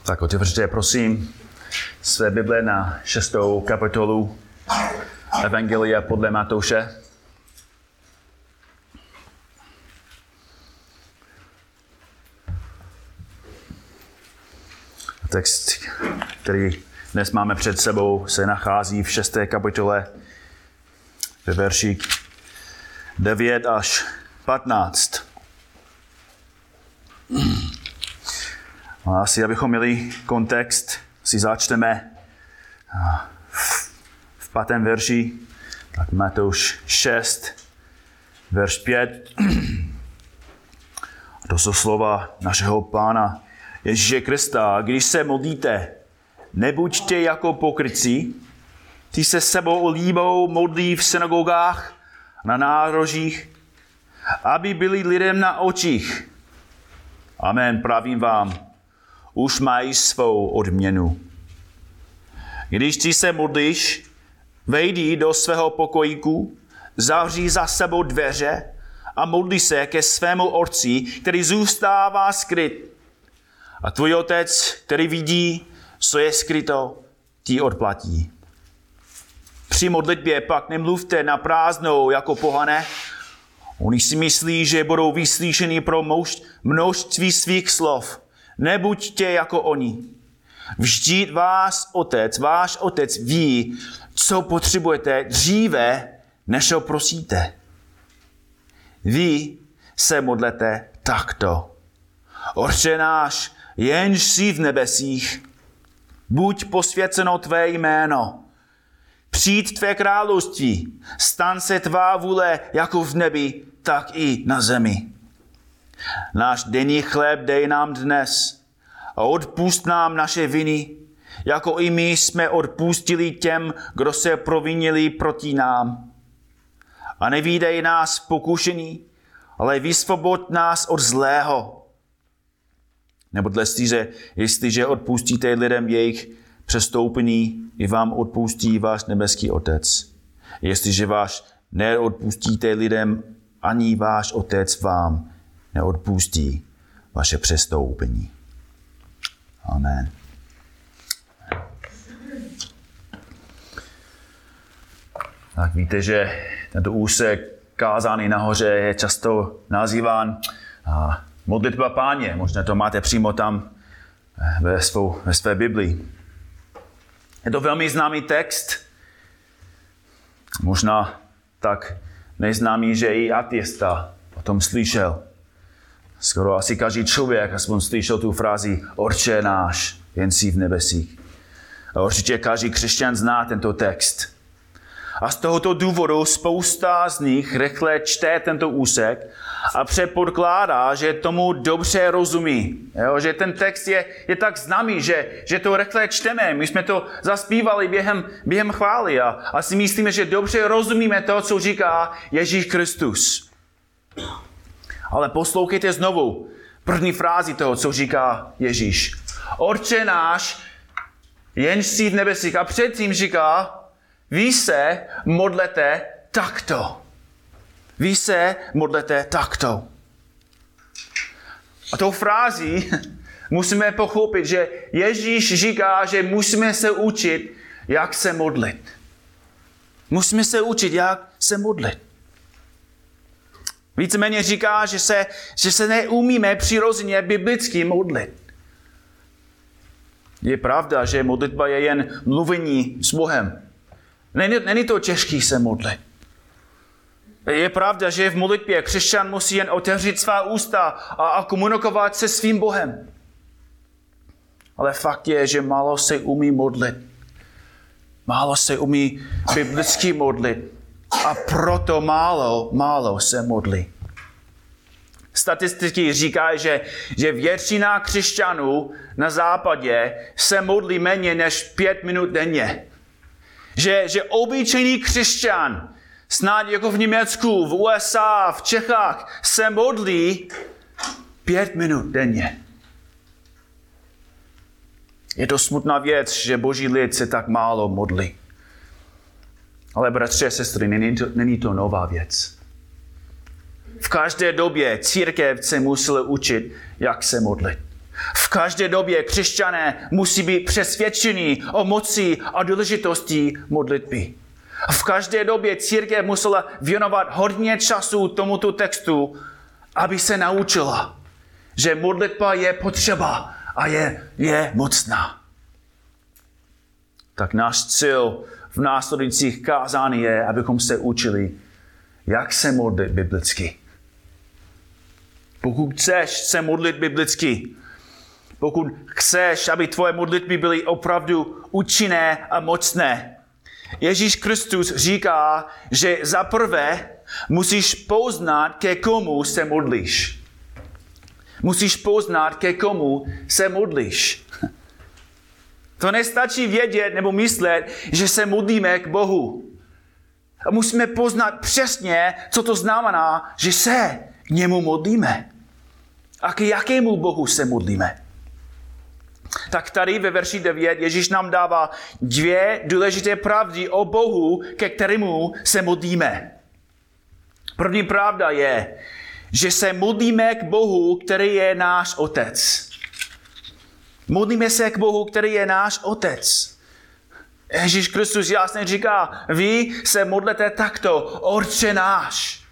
Tak otevřete prosím své Bible na 6. kapitolu Evangelia podle Matouše. Text, který dnes máme před sebou, se nachází v 6. kapitole ve verších 9 až 15. A asi, abychom měli kontext, si začneme v 5. verši, tak Matouš 6, verš 5. To jsou slova našeho Pána Ježíše Krista. Když se modlíte, nebuďte jako pokrytci, ty se sebou líbou modlí v synagogách, na nárožích, aby byli lidem na očích. Amen, pravím vám, už mají svou odměnu. Když ty se modlíš, vejdi do svého pokojíku, zavři za sebou dveře a modli se ke svému Otci, který zůstává skryt. A tvůj Otec, který vidí, co je skryto, ti odplatí. Při modlitbě pak nemluvte na prázdnou jako pohané. Oni si myslí, že budou vyslyšeni pro množství svých slov. Nebuďte jako oni. Vždyť váš otec ví, co potřebujete dříve, než ho prosíte. Vy se modlete takto. Otče náš, jenž jsi v nebesích, buď posvěceno tvé jméno. Přijď tvé království, stan se tvá vůle jako v nebi, tak i na zemi. Náš denní chléb dej nám dnes a odpusť nám naše viny, jako i my jsme odpustili těm, kdo se provinili proti nám. A nevídej nás pokušení, ale vysvoboď nás od zlého. Nebo jestliže odpustíte lidem jejich přestoupení, i vám odpustí váš nebeský Otec. Jestliže vás neodpustíte lidem, ani váš Otec vám neodpustí vaše přestoupení. Amen. Tak víte, že tento úsek kázání nahoře je často nazýván modlitba Páně. Možná to máte přímo tam ve své Biblii. Je to velmi známý text. Možná tak neznámý, že i ateista o tom slyšel. Skoro asi každý člověk aspoň slyšel tu frázi Otče náš, jen jsi v nebesích. A určitě každý křesťan zná tento text. A z tohoto důvodu spousta z nich rychle čte tento úsek a předpokládá, že tomu dobře rozumí. Jo? Že ten text je tak známý, že to rychle čteme. My jsme to zaspívali během chvály a si myslíme, že dobře rozumíme to, co říká Ježíš Kristus. Ale poslouchejte znovu první frázi toho, co říká Ježíš. Otče náš, jenž jsi v nebesích. A předtím říká, vy se modlete takto. Vy se modlete takto. A tou frází musíme pochopit, že Ježíš říká, že musíme se učit, jak se modlit. Musíme se učit, jak se modlit. Víceméně říká, že se neumíme přirozeně biblicky modlit. Je pravda, že modlitba je jen mluvení s Bohem. Není to těžký se modlit. Je pravda, že v modlitbě křesťan musí jen otevřít svá ústa a komunikovat se svým Bohem. Ale fakt je, že málo se umí modlit. Málo se umí biblicky modlit. A proto málo se modlí. Statistiky říkají, že většina křesťanů na západě se modlí méně než 5 minut denně. Že obyčejný křesťan, snad jako v Německu, v USA, v Čechách, se modlí 5 minut denně. Je to smutná věc, že boží lid se tak málo modlí. Ale bratři a sestry, není to nová věc. V každé době církev se musela učit, jak se modlit. V každé době křesťané musí být přesvědčeni o moci a důležitosti modlitby. V každé době církev musela věnovat hodně času tomuto textu, aby se naučila, že modlitba je potřeba a je mocná. Tak náš cíl v následujících kázání je, abychom se učili, jak se modlit biblicky. Pokud chceš se modlit biblicky, pokud chceš, aby tvoje modlitby byly opravdu účinné a mocné, Ježíš Kristus říká, že za prvé musíš poznat, ke komu se modlíš. Musíš poznat, ke komu se modlíš. To nestačí vědět nebo myslet, že se modlíme k Bohu. A musíme poznat přesně, co to znamená, že se k němu modlíme. A k jakému Bohu se modlíme. Tak tady ve verši 9 Ježíš nám dává 2 důležité pravdy o Bohu, ke kterému se modlíme. První pravda je, že se modlíme k Bohu, který je náš Otec. Modlíme se k Bohu, který je náš Otec. Ježíš Kristus jasně říká, vy se modlete takto, Otče náš.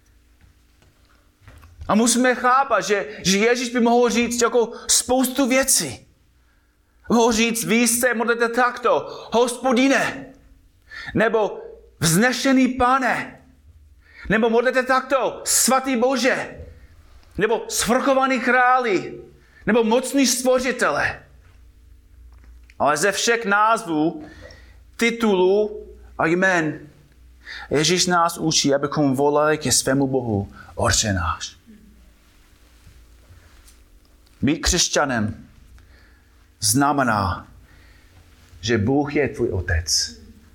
A musíme chápat, že Ježíš by mohl říct jako spoustu věcí. Mohl říct, vy se modlete takto, Hospodine, nebo vznešený Pane, nebo modlete takto, svatý Bože, nebo svrchovaný králi, nebo mocný stvořitele. Ale ze všech názvů, titulů a jmen Ježíš nás učí, abychom volali ke svému Bohu Otče náš. Být křesťanem znamená, že Bůh je tvůj Otec.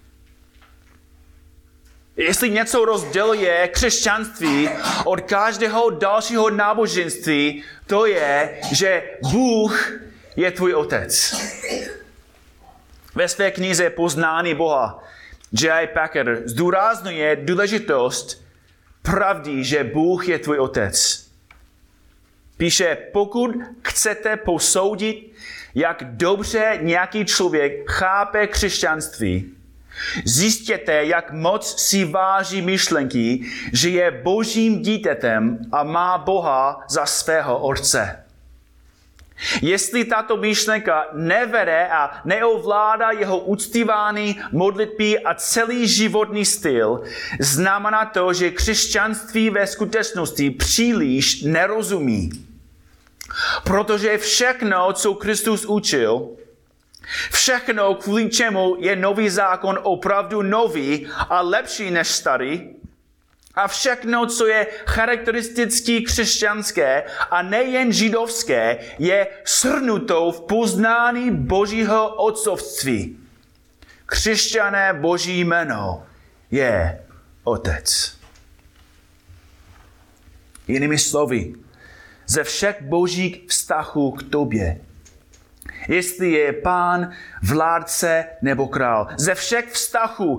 Jestli něco rozděluje křesťanství od každého dalšího náboženství, to je, že Bůh je tvůj Otec. Ve své knize Poznání Boha J.I. Packer zdůrazňuje důležitost pravdy, že Bůh je tvůj Otec. Píše, pokud chcete posoudit, jak dobře nějaký člověk chápe křesťanství, zjistěte, jak moc si váží myšlenky, že je Božím dítětem a má Boha za svého Otce. Jestli tato myšlenka nevede a neovládá jeho uctívání, modlitby a celý životní styl, znamená to, že křesťanství ve skutečnosti příliš nerozumí. Protože všechno, co Kristus učil, všechno, kvůli čemu je nový zákon opravdu nový a lepší než starý, a všechno, co je charakteristicky křesťanské a nejen židovské, je shrnuto v poznání Božího otcovství. Křesťané Boží jméno je Otec. Jinými slovy, ze všech božích vztahů k tobě, jestli je pán, vládce nebo král, ze všech vztahů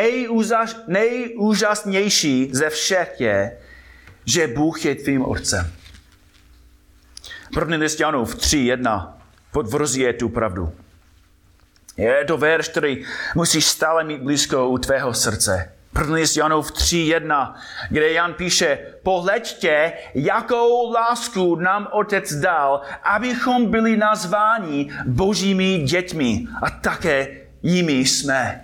nejúžasnější ze všech je, že Bůh je tvým Otcem. První list Janův 3:1 potvrzuje tu pravdu. Je to verš, který musíš stále mít blízko u tvého srdce. První list Janův 3:1, kde Jan píše, pohleďte, jakou lásku nám Otec dal, abychom byli nazváni Božími dětmi a také jimi jsme.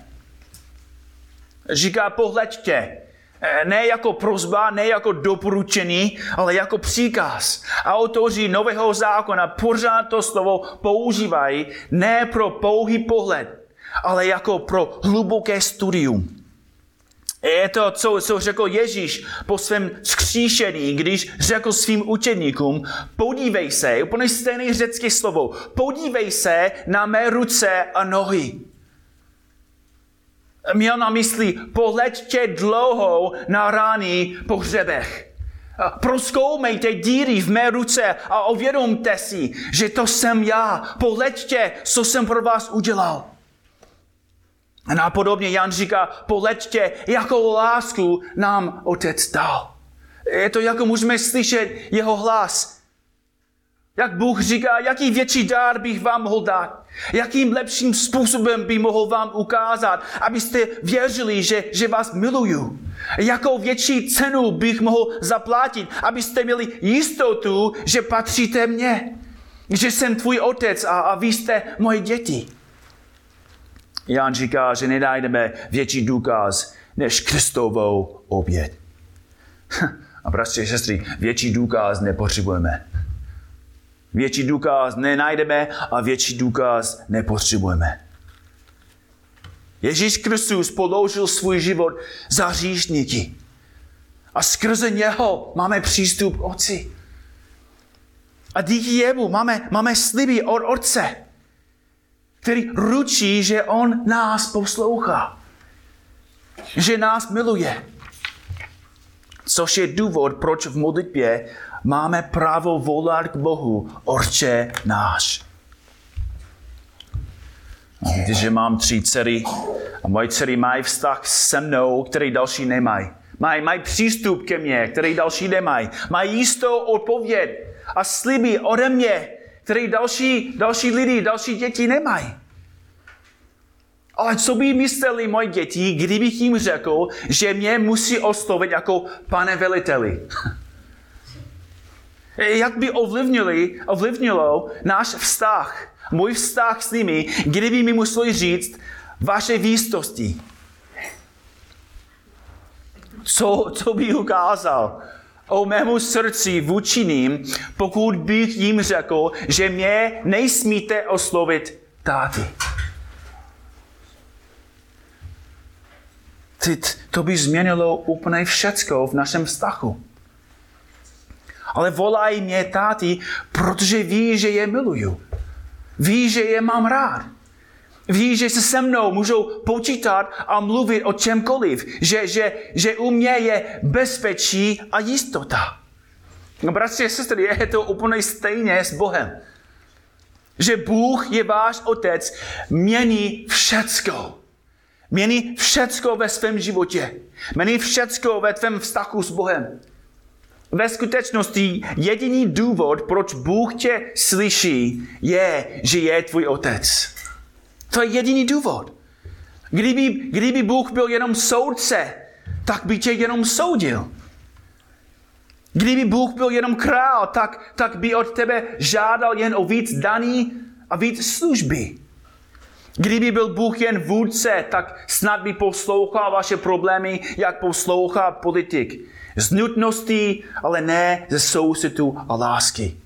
Říká pohleďte, ne jako prosba, ne jako doporučení, ale jako příkaz. Autoři Nového zákona pořád to slovo používají ne pro pouhý pohled, ale jako pro hluboké studium. Je to, co řekl Ježíš po svém vzkříšení, když řekl svým učedníkům, podívej se, úplně stejné řecké slovo, podívej se na mé ruce a nohy. Měl na mysli, pohleďte dlouho na rány po hřebech. Prozkoumejte díry v mé ruce a uvědomte si, že to jsem já. Pohleďte, co jsem pro vás udělal. A napodobně Jan říká, pohleďte, jakou lásku nám Otec dal. Je to, jako můžeme slyšet jeho hlas. Jak Bůh říká, jaký větší dár bych vám mohl dát. Jakým lepším způsobem bych mohl vám ukázat, abyste věřili, že vás miluju. Jakou větší cenu bych mohl zaplatit, abyste měli jistotu, že patříte mně. Že jsem tvůj otec a vy jste moje děti. Jan říká, že nenajdeme větší důkaz než Kristovou oběť. A bratři a sestry, větší důkaz nepotřebujeme. Větší důkaz nenajdeme a větší důkaz nepotřebujeme. Ježíš Kristus položil svůj život za hříšníky. A skrze něho máme přístup k Otci. A díky jemu máme sliby od Otce, který ručí, že on nás poslouchá. Že nás miluje. Což je důvod, proč v modlitbě máme právo volat k Bohu, Otče náš. Víte, že mám 3 dcery a moje dcery mají vztah se mnou, který další nemají. Mají přístup ke mně, který další nemají. Mají jistou odpověď a sliby ode mě, který další lidi, další děti nemají. Ale co by mysleli moje děti, kdybych jim řekl, že mě musí oslovit jako pane veliteli? Jak by ovlivnilo náš vztah, můj vztah s nimi, kdyby mi museli říct vaše výstosti? Co by ukázal o mému srdci vůči ním, pokud bych jim řekl, že mě nesmíte oslovit táty? To by změnilo úplně všecko v našem vztahu. Ale volají mě táty, protože ví, že je miluju. Ví, že je mám rád. Ví, že se se mnou můžou počítat a mluvit o čemkoliv. Že u mě je bezpečí a jistota. No, bratři a sestry, je to úplně stejně s Bohem. Že Bůh je váš otec, mění všecko. Mění všecko ve svém životě. Mění všecko ve tvém vztahu s Bohem. Ve skutečnosti jediný důvod, proč Bůh tě slyší, je, že je tvůj otec. To je jediný důvod. Kdyby Bůh byl jenom soudce, tak by tě jenom soudil. Kdyby Bůh byl jenom král, tak by od tebe žádal jen o víc daní a víc služby. Kdyby byl Bůh jen vůdce, tak snad by poslouchal vaše problémy, jak poslouchá politik. Z nutností, ale ne ze soucitu a lásky.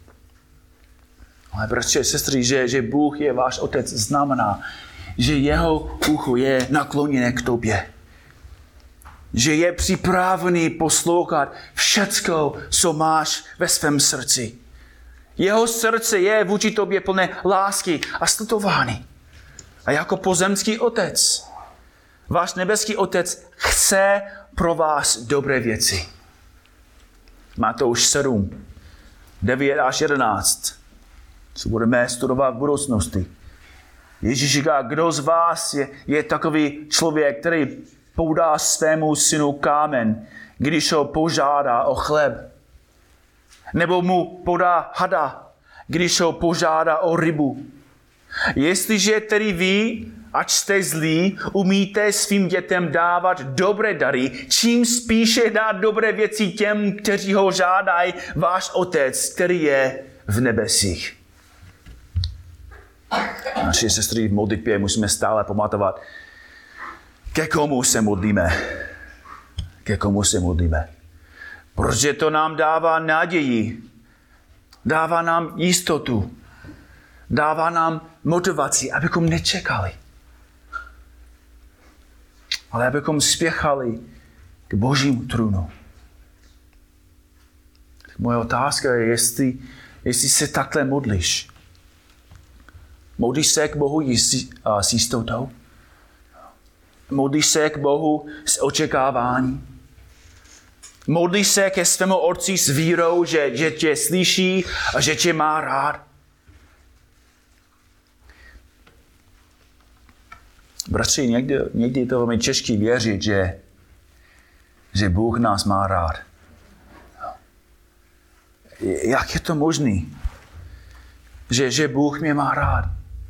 Ale bratři a sestry, že Bůh je váš otec, znamená, že jeho ucho je nakloněné k tobě. Že je připravený poslouchat všecko, co máš ve svém srdci. Jeho srdce je vůči tobě plné lásky a slitování. A jako pozemský otec, váš nebeský otec chce pro vás dobré věci. Matouš 7, 9 až 11. Co budeme studovat v budoucnosti. Ježíš říká, kdo z vás je takový člověk, který podá svému synu kámen, když ho požádá o chléb. Nebo mu podá hada, když ho požádá o rybu. Jestliže tedy vy, ač jste zlí, umíte svým dětem dávat dobré dary, čím spíše dát dobré věci těm, kteří ho žádají, váš otec, který je v nebesích. Naši sestry v modlitbě musíme stále pamatovat, ke komu se modlíme. Ke komu se modlíme. Protože to nám dává naději, dává nám jistotu, dává nám motivaci, abychom nečekali. Ale abychom spěchali k Božímu trůnu. Moje otázka je, jestli se takhle modlíš. Modlíš se k Bohu s jistotou? Modlíš se k Bohu s očekávání? Modlíš se ke svému otci s vírou, že tě slyší a že tě má rád? Bratři, někdy je to velmi těžké věřit, že Bůh nás má rád. Jak je to možné? že Bůh mě má rád.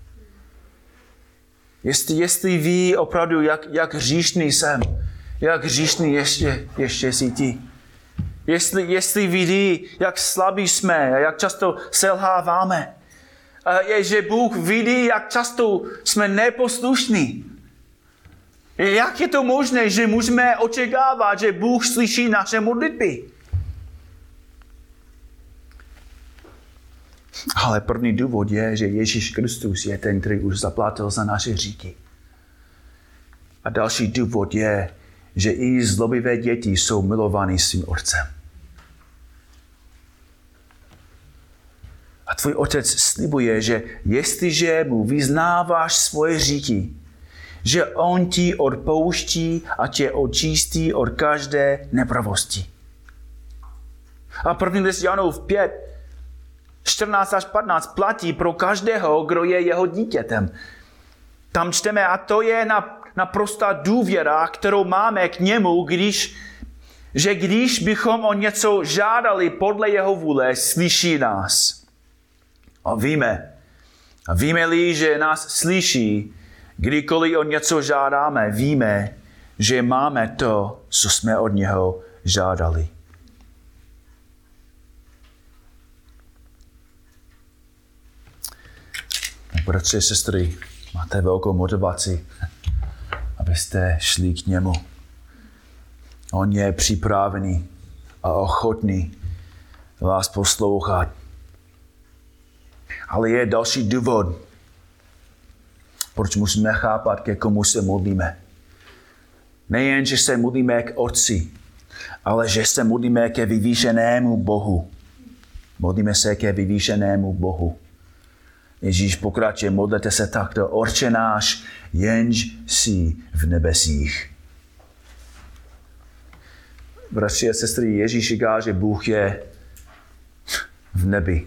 Jestli ví opravdu, jak hříšný jsem, jak hříšný ještě jsi ty. Jestli vidí, jak slabí jsme a jak často selháváme. A že Bůh vidí, jak často jsme neposlušní. Jak je to možné, že můžeme očekávat, že Bůh slyší naše modlitby? Ale první důvod je, že Ježíš Kristus je ten, který už zaplatil za naše hříchy. A další důvod je, že i zlobivé děti jsou milovány svým otcem. A tvůj otec slibuje, že jestliže mu vyznáváš svoje hříchy, že on ti odpouští a tě očistí od každé nepravosti. A první list Janův 5, 14 až 15 platí pro každého, kdo je jeho dítětem. Tam čteme, a to je naprostá důvěra, kterou máme k němu, když bychom o něco žádali podle jeho vůle, slyší nás. A víme-li, že nás slyší, kdykoliv o něco žádáme, víme, že máme to, co jsme od něho žádali. Bratři a sestry, máte velkou motivaci, abyste šli k němu. On je připravený a ochotný vás poslouchat. Ale je další důvod, proč musíme chápat, ke komu se modlíme. Nejen, že se modlíme k Otci, ale že se modlíme ke vyvýšenému Bohu. Modlíme se ke vyvýšenému Bohu. Ježíš pokračuje, modlete se takto, Otče náš, jenž jsi v nebesích. Bratři a sestry, Ježíš říká, že Bůh je v nebi.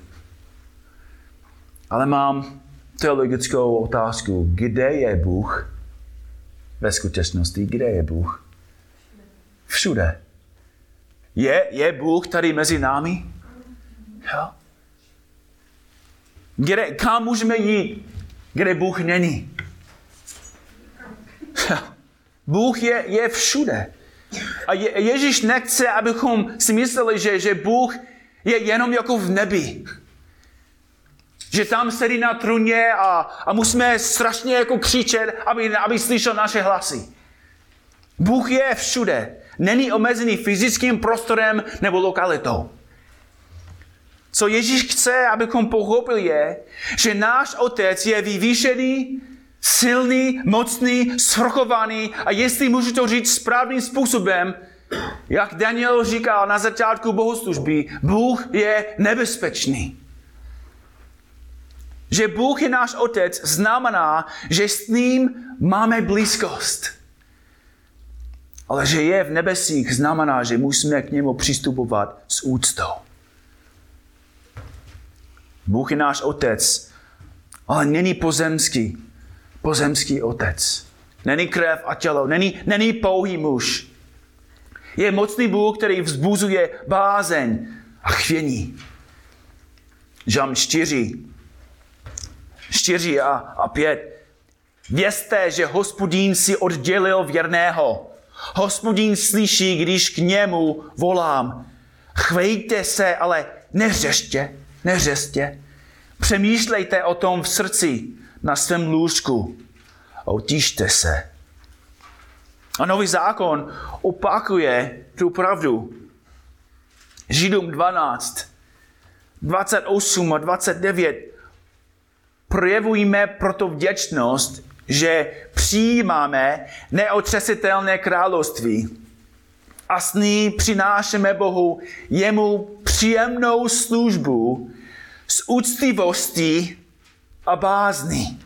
Ale mám teologickou otázku, kde je Bůh? Ve skutečnosti, kde je Bůh? Všude. Je Bůh tady mezi námi? Jo. Kam můžeme jít, kde Bůh není? Bůh je všude. A Ježíš nechce, abychom si mysleli, že Bůh je jenom jako v nebi. Že tam sedí na trůně a musíme strašně jako křičet, aby slyšel naše hlasy. Bůh je všude. Není omezený fyzickým prostorem nebo lokalitou. Co Ježíš chce, abychom pochopili, je, že náš Otec je vyvýšený, silný, mocný, svrchovaný a jestli můžu to říct správným způsobem, jak Daniel říkal na začátku bohoslužby, Bůh je nebezpečný. Že Bůh je náš Otec znamená, že s ním máme blízkost. Ale že je v nebesích znamená, že musíme k němu přistupovat s úctou. Bůh je náš Otec, ale není pozemský Otec. Není krev a tělo, není pouhý muž. Je mocný Bůh, který vzbuzuje bázeň a chvění. Žalm 4 a 5. Vězte, že Hospodin si oddělil věrného. Hospodin slyší, když k němu volám. Chvejte se, ale neřešte. Přemýšlejte o tom v srdci, na svém lůžku. Utište se. A Nový zákon opakuje tu pravdu. Židům 12, 28 a 29. Projevujeme proto vděčnost, že přijímáme neotřesitelné království a s ní přinášeme Bohu jemu příjemnou službu s úctivostí a bázní.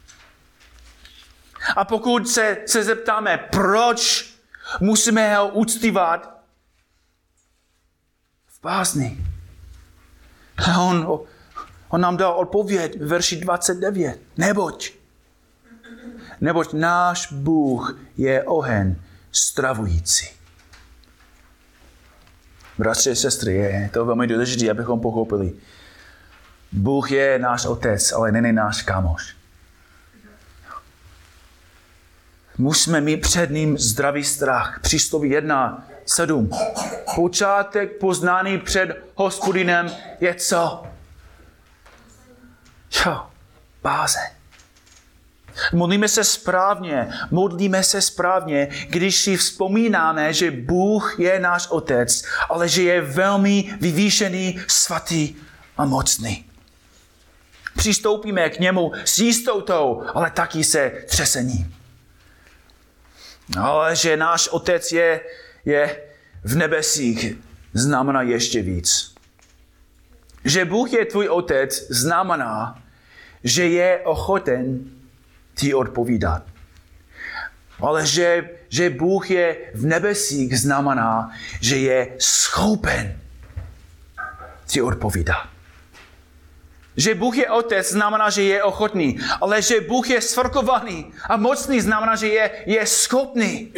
A pokud se zeptáme, proč musíme ho uctívat v bázni, on nám dal odpověď v verši 29. Neboť náš Bůh je oheň stravující. Bratři a sestry, je to velmi důležité, abychom pochopili. Bůh je náš otec, ale není náš kámoš. Musíme mít před ním zdravý strach. Přísloví 1:7. Počátek poznání před Hospodinem je co? Báze. Modlíme se správně, když si vzpomínáme, že Bůh je náš otec, ale že je velmi vyvýšený, svatý a mocný. Přistoupíme k němu s jistotou, ale taky se třesením. Ale že náš otec je v nebesích, znamená ještě víc. Že Bůh je tvůj otec, znamená, že je ochoten ti odpovídat. Ale že Bůh je v nebesích, znamená, že je schopen ti odpovídat. Že Bůh je otec, znamená, že je ochotný. Ale že Bůh je svrchovaný a mocný, znamená, že je schopný.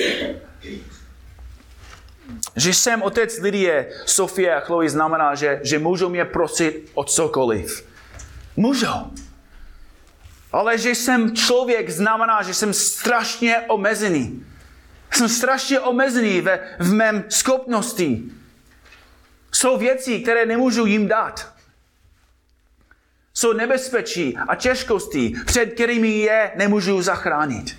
Že jsem otec Lidie, Sofie a Chloe, znamená, že můžou mě prosit o cokoliv. Můžou. Ale že jsem člověk, znamená, že jsem strašně omezený. Jsem strašně omezený v mém schopnosti. Jsou věci, které nemůžu jim dát. Jsou nebezpečí a těžkosti, před kterými je nemůžu zachránit.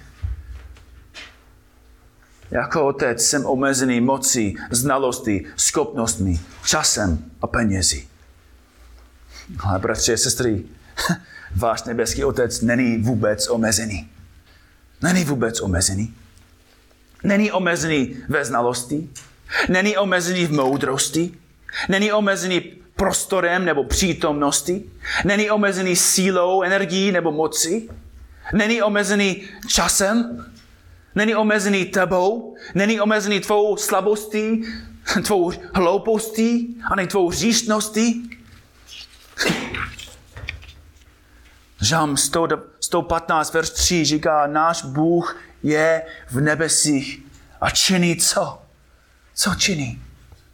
Jako otec jsem omezený mocí, znalosti, schopnostmi, časem a penězi. Ale bratři a sestry, váš nebeský otec není vůbec omezený. Není vůbec omezený. Není omezený ve znalosti. Není omezený v moudrosti. Není omezený prostorem nebo přítomnosti. Není omezený sílou, energií nebo moci. Není omezený časem. Není omezený tebou. Není omezený tvou slabostí, tvou hloupostí, ani tvou hříšností. Žalm 115, verš 3 říká, náš Bůh je v nebesích a činí co? Co činí?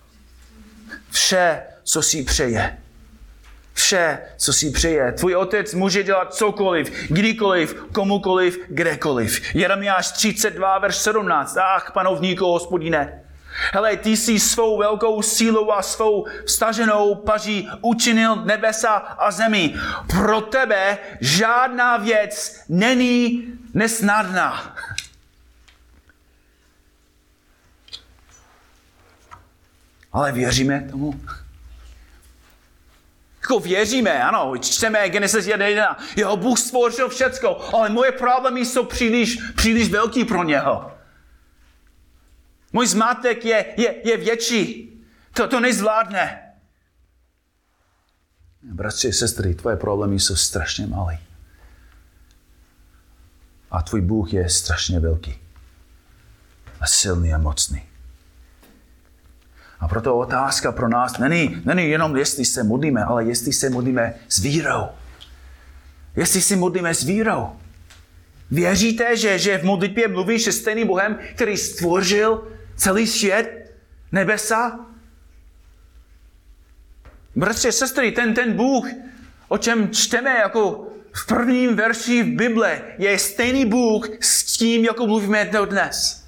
Vše, co si přeje. Vše, co si přeje. Tvůj otec může dělat cokoliv, kdykoliv, komukoliv, kdekoliv. Jeremiáš 32, verš 17. Ach, panovníku Hospodine. Hele, ty jsi svou velkou sílou a svou vstaženou paží učinil nebesa a zemi. Pro tebe žádná věc není nesnadná. Ale věříme tomu? Jako věříme, ano, čteme Genesis 1:1. Jo, Bůh stvořil všecko, ale moje problémy jsou příliš velký pro něho. Můj zmatek je větší. To nezvládne. Bratři a sestry, tvoje problémy jsou strašně malé. A tvůj Bůh je strašně velký. A silný a mocný. A proto otázka pro nás není jenom, jestli se modlíme, ale jestli se modlíme s vírou. Jestli se modlíme s vírou. Věříte, že v modlitbě mluvíš se stejným Bohem, který stvořil celý svět, nebesa? Bratři a sestry, ten Bůh, o čem čteme jako v prvním verši v Bible, je stejný Bůh s tím, jako mluvíme dnes.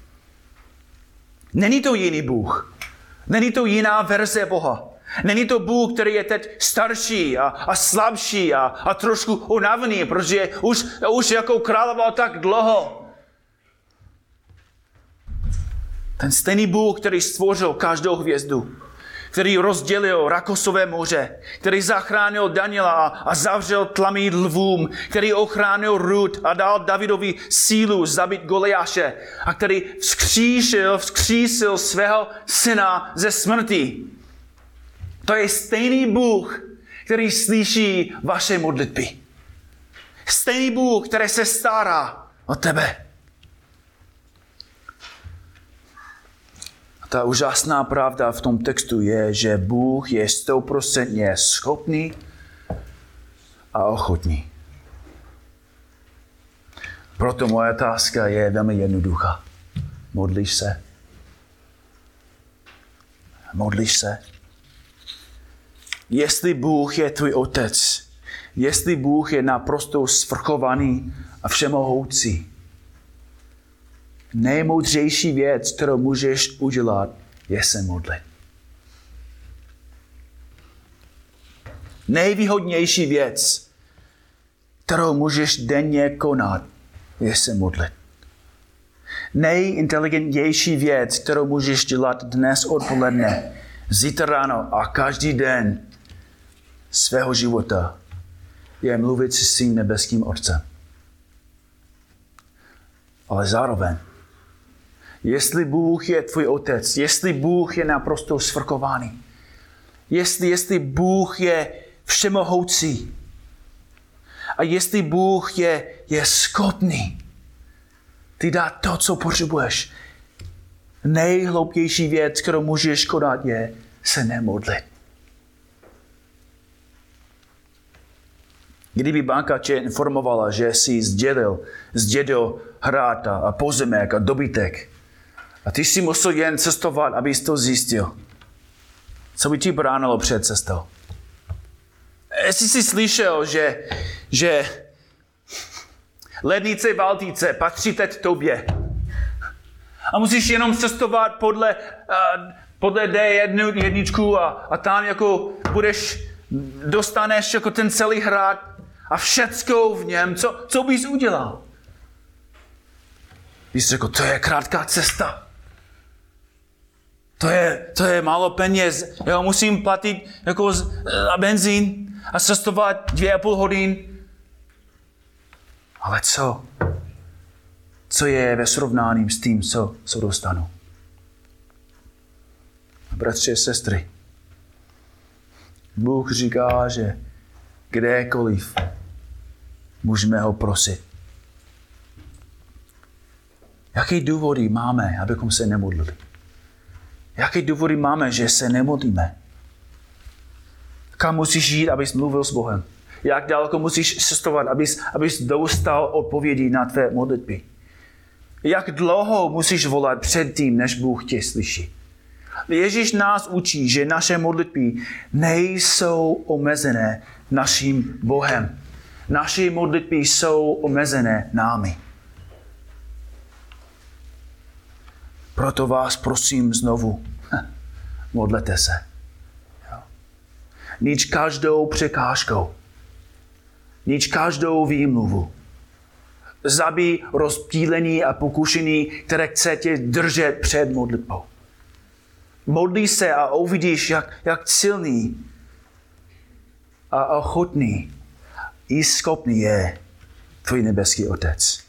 Není to jiný Bůh. Není to jiná verze Boha. Není to Bůh, který je teď starší a slabší a trošku unavený, protože už jako královal tak dlouho. Ten stejný Bůh, který stvořil každou hvězdu, který rozdělil Rakosové moře, který zachránil Daniela a zavřel tlamy lvům, který ochránil Rut a dal Davidovi sílu zabít Goliáše a který vzkřísil svého syna ze smrti. To je stejný Bůh, který slyší vaše modlitby. Stejný Bůh, který se stará o tebe. Ta úžasná pravda v tom textu je, že Bůh je 100% schopný a ochotný. Proto moje otázka je velmi jednoduchá. Modlíš se? Modlíš se? Jestli Bůh je tvůj otec, jestli Bůh je naprosto svrchovaný a všemohoucí, nejmoudřejší věc, kterou můžeš udělat, je se modlit. Nejvýhodnější věc, kterou můžeš denně konat, je se modlit. Nejinteligentnější věc, kterou můžeš dělat dnes odpoledne, zítra ráno a každý den svého života, je mluvit se svým nebeským Otcem. Ale zároveň, jestli Bůh je tvůj otec, jestli Bůh je naprosto svrchovaný, jestli Bůh je všemohoucí a jestli Bůh je schopný ty dát to, co potřebuješ, nejhloupější věc, kterou můžeš konat, je se nemodlit. Kdyby banka tě informovala, že jsi zdědil hrad a pozemek a dobytek a ty jsi musel jen cestovat, abys to zjistil, co by ti bránilo před cestou? Jestli jsi slyšel, že lednice Baltice patří teď tobě a musíš jenom cestovat podle D1 a tam jako dostaneš jako ten celý hrad a všecko v něm, co bys udělal? Bys řekl, to je krátká cesta. To je málo peněz. Já musím platit jako benzín a cestovat 2,5 hodiny. Ale co? Co je ve srovnání s tím, co dostanu? Bratři a sestry, Bůh říká, že kdekoliv můžeme ho prosit. Jaké důvody máme, abychom se nemodlili? Jaké důvody máme, že se nemodlíme? Kam musíš jít, abys mluvil s Bohem? Jak daleko musíš cestovat, abys dostal odpovědi na tvé modlitby? Jak dlouho musíš volat předtím, než Bůh tě slyší? Ježíš nás učí, že naše modlitby nejsou omezené naším Bohem. Naše modlitby jsou omezené námi. Proto vás prosím znovu, modlete se. Nič každou překážkou, nič každou výmluvu. Zabij rozptýlení a pokušení, které chcete držet před modlitbou. Modlí se a uvidíš, jak silný a ochotný i schopný je tvůj nebeský Otec.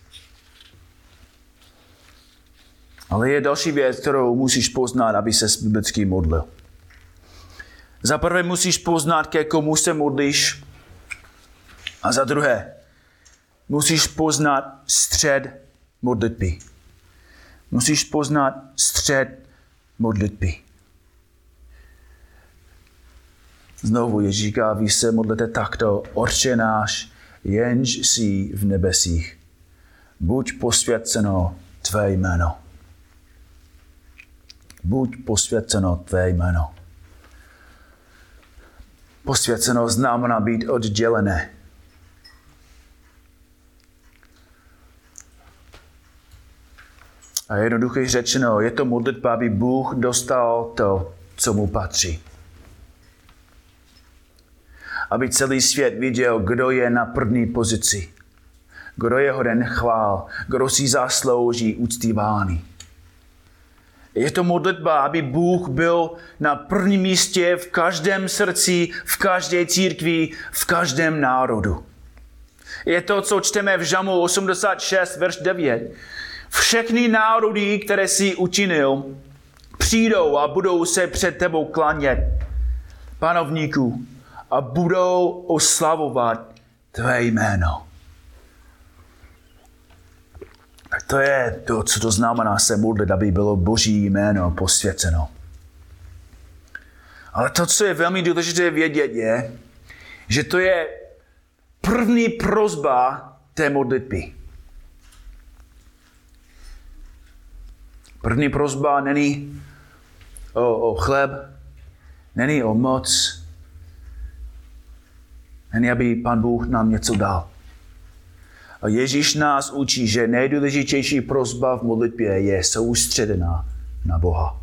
Ale je další věc, kterou musíš poznat, aby ses biblicky modlil. Za prvé musíš poznat, ke komu se modlíš. A za druhé, musíš poznat střed modlitby. Musíš poznat střed modlitby. Znovu Ježíš říká, vy se modlete takto, Otče náš, jenž jsi v nebesích. Buď posvěceno tvé jméno. Buď posvěceno tvé jméno. Posvěceno znamená být oddělené. A jednoduše řečeno, je to modlitba, aby Bůh dostal to, co mu patří. Aby celý svět viděl, kdo je na první pozici. Kdo je hoden chvál, kdo si zaslouží uctívání. Je to modlitba, aby Bůh byl na prvním místě v každém srdci, v každé církvi, v každém národu. Je to, co čteme v Žalmu 86, verš 9. Všechny národy, které jsi učinil, přijdou a budou se před tebou klanět, panovníku, a budou oslavovat tvé jméno. Tak to je to, co to znamená se modlit, aby bylo Boží jméno posvěceno. Ale to, co je velmi důležité vědět, je, že to je první prosba té modlitby. První prosba není o chléb, není o moc, jen aby Pán Bůh nám něco dal. A Ježíš nás učí, že nejdůležitější prosba v modlitbě je soustředěná na Boha.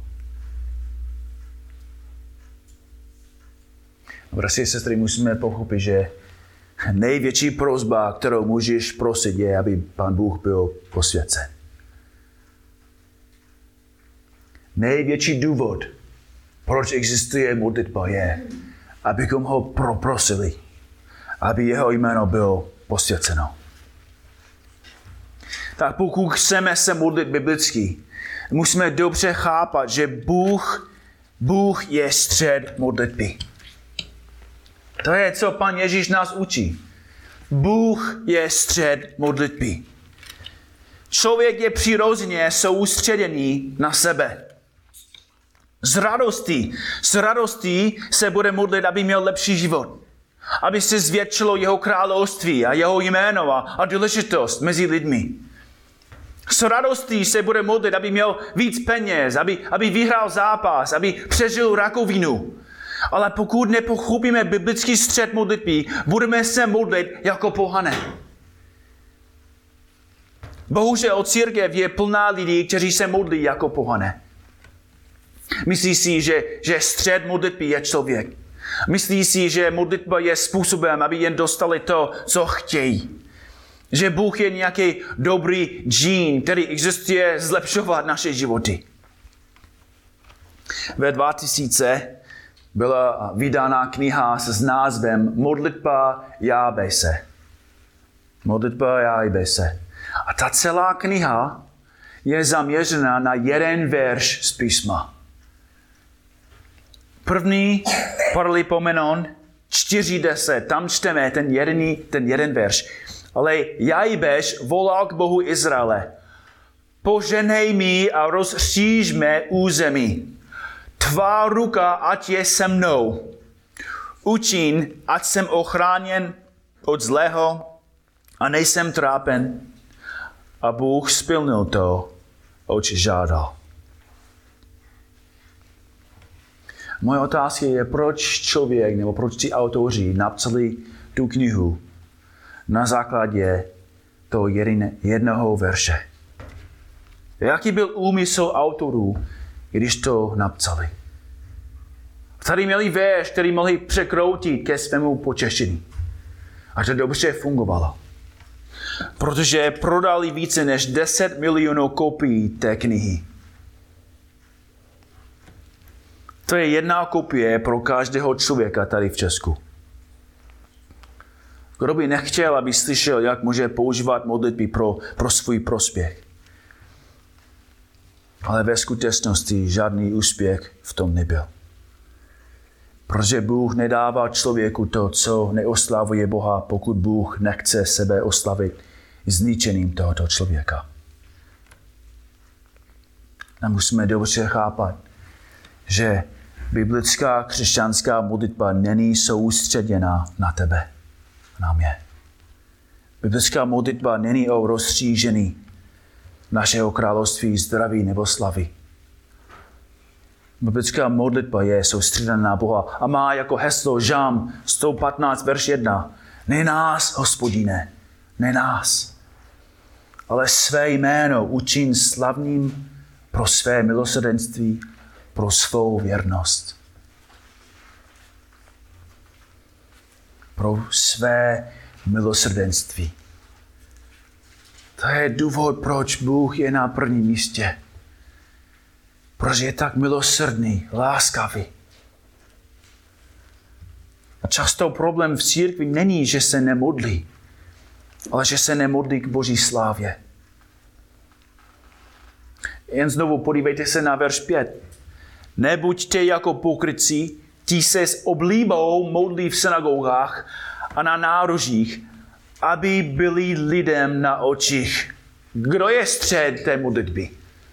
Bratři a sestry, musíme pochopit, že největší prosba, kterou můžeš prosit, je, aby Pán Bůh byl posvěcen. Největší důvod, proč existuje modlitba, je, abychom ho poprosili, aby jeho jméno bylo posvěceno. Tak pokud chceme se modlit biblicky, musíme dobře chápat, že Bůh je střed modlitby. To je, co Pan Ježíš nás učí. Bůh je střed modlitby. Člověk je přirozeně soustředěný na sebe. S radostí se bude modlit, aby měl lepší život. Aby se zvětšilo jeho království a jeho jméno a důležitost mezi lidmi. S radostí se bude modlit, aby měl víc peněz, aby vyhrál zápas, aby přežil rakovinu. Ale pokud nepochopíme biblický střed modlitby, budeme se modlit jako pohané. Bohužel církev je plná lidí, kteří se modlí jako pohané. Myslí si, že střed modlitby je člověk. Myslí si, že modlitba je způsobem, aby jen dostali to, co chtějí. Že Bůh je nějaký dobrý džín, který existuje zlepšovat naše životy. Ve 2000 byla vydána kniha s názvem Modlitba Jábese. Modlitba Jábese. A ta celá kniha je zaměřena na jeden verš z písma. První Paralipomenon 4:10. Tam čteme ten jeden verš. Ale Jabes volal k Bohu Izraele. Poženej mi a rozšíř mé území. Tvá ruka, ať je se mnou. Učin, ať jsem ochráněn od zlého a nejsem trápen. A Bůh splnil to, oč žádal. Moje otázka je, proč člověk nebo proč ti autoři napsali tu knihu na základě toho jednoho verše. Jaký byl úmysl autorů, když to napsali? Tady měli verš, který mohli překroutit ke svému potěšení. A to dobře fungovalo. Protože prodali více než 10 milionů kopií té knihy. To je jedna kopie pro každého člověka tady v Česku. Kdo by nechtěl, aby slyšel, jak může používat modlitby pro svůj prospěch. Ale ve skutečnosti žádný úspěch v tom nebyl. Protože Bůh nedává člověku to, co neoslavuje Boha, pokud Bůh nechce sebe oslavit zničením tohoto člověka. A musíme dobře chápat, že biblická křesťanská modlitba není soustředěná na tebe, na mě. Biblická modlitba není o rozšíření našeho království, zdraví nebo slavy. Biblická modlitba je soustředěná na Boha a má jako heslo Žalm 115, verš 1. Ne nás, Hospodine, ne nás, ale své jméno učin slavným pro své milosrdenství, pro svou věrnost. Pro své milosrdenství. To je důvod, proč Bůh je na prvním místě. Protože je tak milosrdný, láskavý. A často problém v církvi není, že se nemodlí, ale že se nemodlí k Boží slávě. Jen znovu podívejte se na verš 5. Nebuďte jako pokrytci, ti se s oblíbou modlí v synagogách a na nárožích, aby byli lidem na očích. Kdo je střed té modlitby?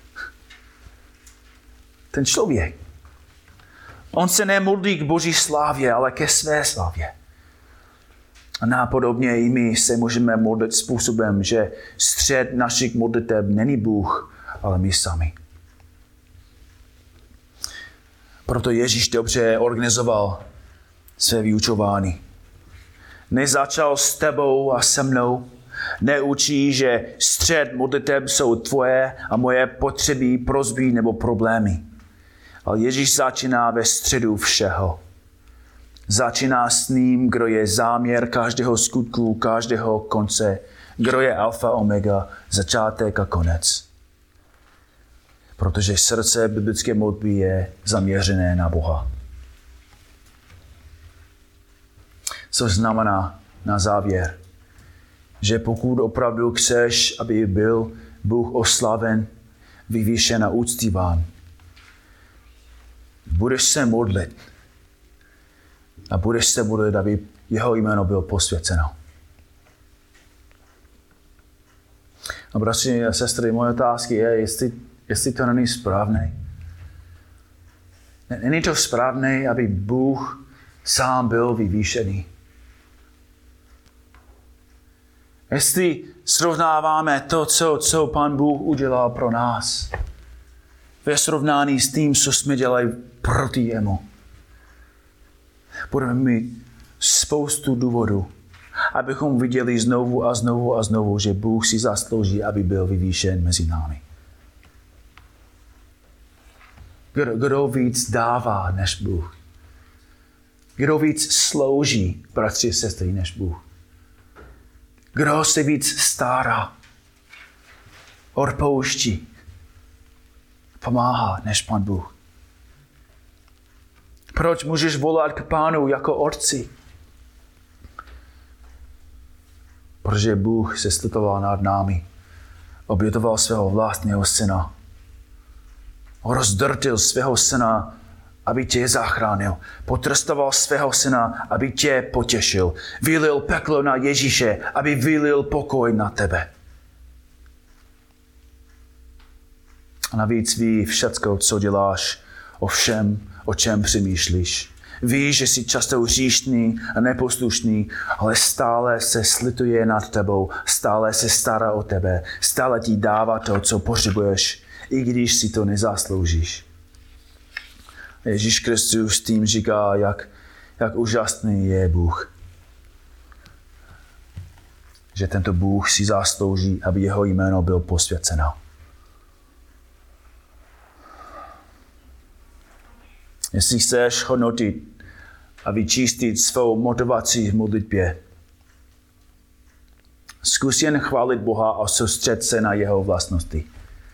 Ten člověk. On se nemodlí k Boží slávě, ale ke své slávě. A nápodobně i my se můžeme modlit způsobem, že střed našich modliteb není Bůh, ale my sami. Proto Ježíš dobře organizoval své vyučování. nezačal s tebou a se mnou. Neučí, že střed modliteb jsou tvoje a moje potřeby, prosby nebo problémy. Ale Ježíš začíná ve středu všeho. Začíná s ním, kdo je záměr každého skutku, každého konce, kdo je alfa, omega, začátek a konec. Protože srdce biblické modlitby je zaměřené na Boha. Což znamená na závěr, že pokud opravdu chceš, aby byl Bůh oslaven, vyvýšen a uctíván, budeš se modlit a budeš se modlit, aby jeho jméno bylo posvěceno. A bratři a sestry, moje otázky je, jestli to není správné. Není to správné, aby Bůh sám byl vyvýšený. Jestli srovnáváme to, co Pán Bůh udělal pro nás, ve srovnání s tím, co jsme dělali proti jemu, budeme mít spoustu důvodů, abychom viděli znovu a znovu a znovu, že Bůh si zaslouží, aby byl vyvýšen mezi námi. Kdo víc dává než Bůh? Kdo víc slouží, bratři a sestry, než Bůh? Kdo se víc stará, odpouští, pomáhá než Pán Bůh? Proč můžeš volat k Pánu jako otci? Protože Bůh se slitoval nad námi, obětoval svého vlastního syna. Rozdrtil svého syna, aby tě zachránil. Potrestoval svého syna, aby tě potěšil. Vylil peklo na Ježíše, aby vylil pokoj na tebe. A navíc ví všecko, co děláš, o všem, o čem přemýšlíš. Ví, že jsi často hříšný a neposlušný, ale stále se slituje nad tebou, stále se stará o tebe, stále ti dává to, co potřebuješ, i když si to nezasloužíš. Ježíš Kristus tím říká, jak úžasný je Bůh. Že tento Bůh si zaslouží, aby jeho jméno bylo posvěceno. Jestli chceš hodnotit a vyčistit svou motivaci v modlitbě, zkus jen chválit Boha a soustřed se na jeho vlastnosti.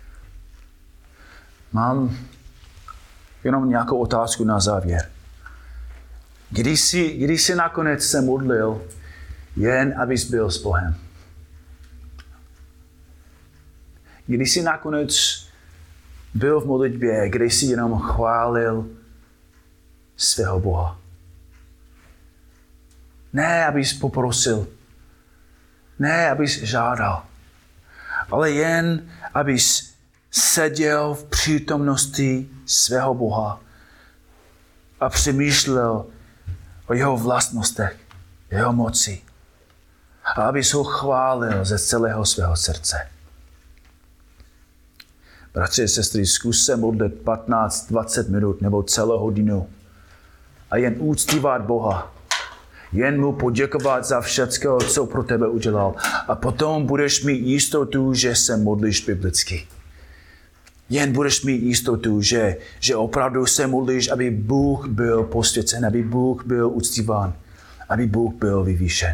Mám jenom nějakou otázku na závěr. Když jsi nakonec se modlil, jen abys byl s Bohem? Když jsi nakonec byl v modlitbě, když jsi jenom chválil svého Boha? Ne, abys poprosil. Ne, abys žádal. Ale jen, abys seděl v přítomnosti svého Boha a přemýšlel o jeho vlastnostech, jeho moci. A abys ho chválil ze celého svého srdce. Bratři a sestry, zkus se modlit 15-20 minut nebo celou hodinu a jen uctívat Boha. Jen mu poděkovat za všecko, co pro tebe udělal. A potom budeš mít jistotu, že se modlíš biblicky. Jen budeš mít jistotu, že opravdu se modlíš, aby Bůh byl posvěcen, aby Bůh byl uctíván, aby Bůh byl vyvýšen.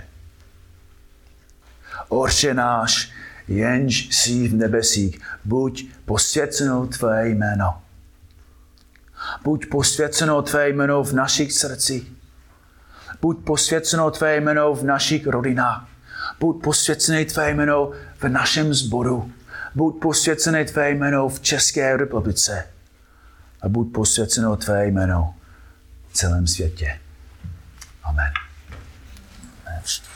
Otče náš, jenž jsi v nebesích, buď posvěceno tvé jméno. Buď posvěceno tvé jméno v našich srdcích. Buď posvěceno tvé jméno v našich rodinách. Buď posvěcené tvé jméno v našem sboru. Buď posvěcené tvé jméno v České republice. A buď posvěceno tvé jméno v celém světě. Amen.